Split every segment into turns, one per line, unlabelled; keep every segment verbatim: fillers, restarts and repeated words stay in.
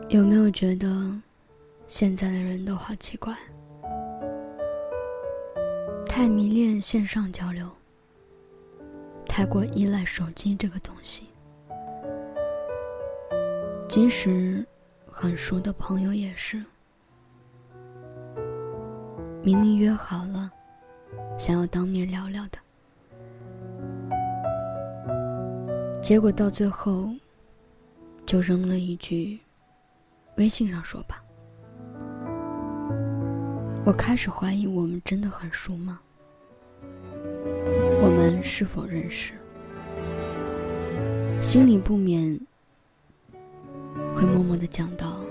有没有觉得现在的人都好奇怪，太迷恋线上交流，太过依赖手机这个东西，即使很熟的朋友也是，明明约好了想要当面聊聊的，结果到最后就扔了一句微信上说吧。我开始怀疑，我们真的很熟吗？我们是否认识？心里不免会默默地讲到，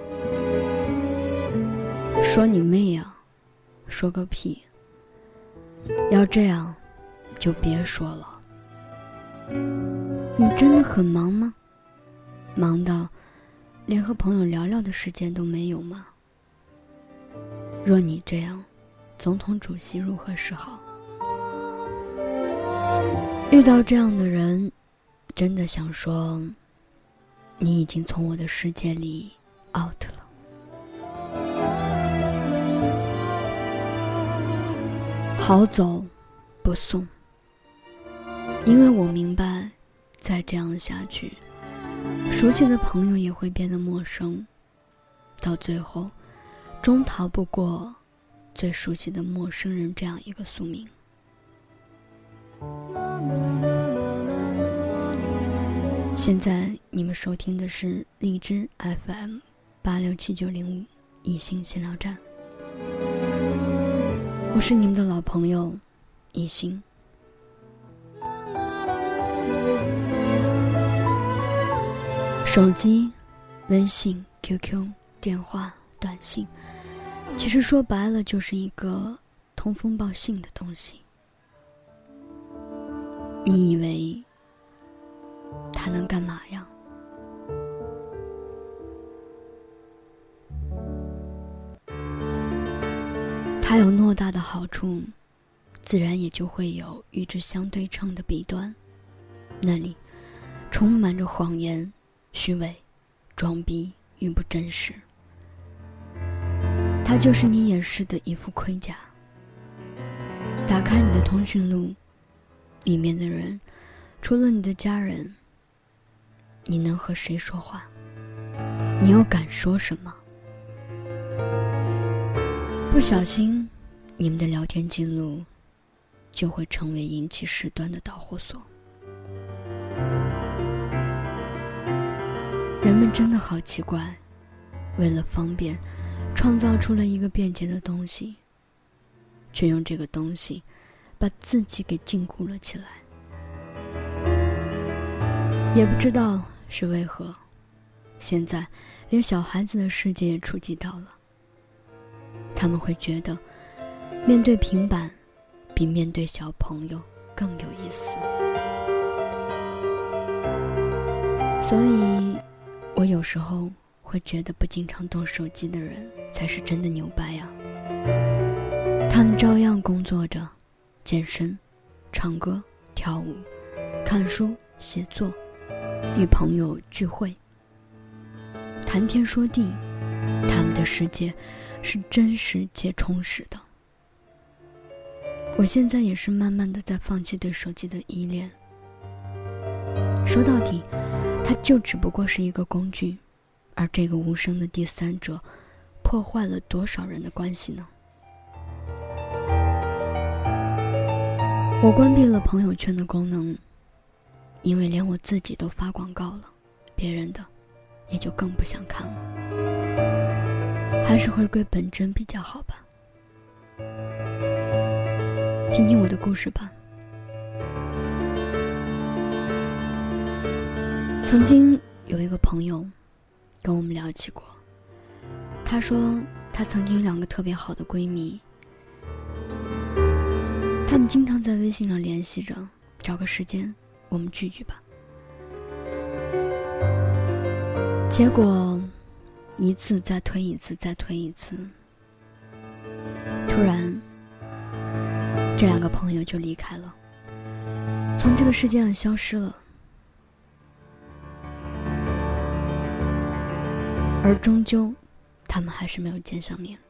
说你妹啊，说个屁，要这样就别说了。你真的很忙吗？忙到连和朋友聊聊的时间都没有吗？若你这样，总统主席如何是好？遇到这样的人，真的想说，你已经从我的世界里 out 了。好走不送，因为我明白，再这样下去，熟悉的朋友也会变得陌生，到最后终逃不过最熟悉的陌生人这样一个宿命。现在你们收听的是荔枝 F M 八六七九零五一心闲聊站，我是你们的老朋友一心。手机、微信、Q Q、电话、短信，其实说白了就是一个通风报信的东西。你以为它能干嘛呀？它有偌大的好处，自然也就会有与之相对称的弊端，那里充满着谎言、虚伪、装逼与不真实。它就是你掩饰的一副盔甲。打开你的通讯录，里面的人除了你的家人，你能和谁说话？你又敢说什么？不小心，你们的聊天记录就会成为引起事端的导火索。人们真的好奇怪，为了方便，创造出了一个便捷的东西，却用这个东西把自己给禁锢了起来。也不知道是为何，现在连小孩子的世界也触及到了。他们会觉得面对平板比面对小朋友更有意思。所以我有时候会觉得不经常动手机的人才是真的牛掰啊。他们照样工作着，健身、唱歌、跳舞、看书、写作，与朋友聚会，谈天说地，他们的世界是真实且充实的。我现在也是慢慢的在放弃对手机的依恋。说到底，它就只不过是一个工具，而这个无声的第三者破坏了多少人的关系呢？我关闭了朋友圈的功能，因为连我自己都发广告了，别人的也就更不想看了。还是回归本真比较好吧。听听我的故事吧。曾经有一个朋友跟我们聊起过，她说她曾经有两个特别好的闺蜜，她们经常在微信上联系着，找个时间我们聚聚吧。结果一次再推一次再推一次，突然这两个朋友就离开了，从这个世界上消失了。 而终究他们还是没有见上面。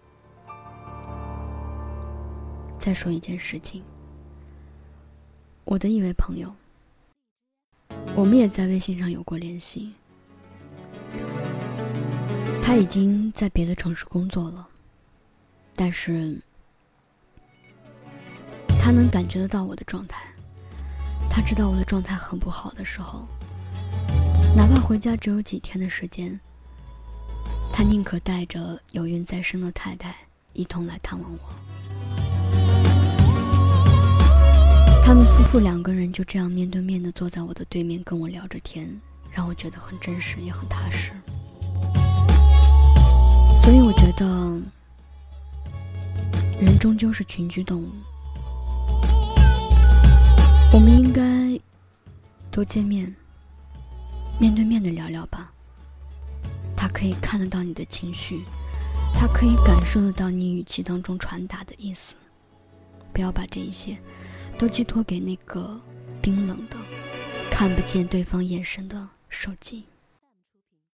再说一件事情，我的一位朋友，我们也在微信上有过联系，他已经在别的城市工作了，但是他能感觉得到我的状态，他知道我的状态很不好的时候，哪怕回家只有几天的时间，他宁可带着有孕在身的太太一同来探望我。他们夫妇两个人就这样面对面地坐在我的对面跟我聊着天，让我觉得很真实也很踏实。所以我觉得人终究是群居动物，我们应该多见面，面对面地聊聊吧。他可以看得到你的情绪，他可以感受得到你语气当中传达的意思。不要把这一些都寄托给那个冰冷的看不见对方眼神的手机。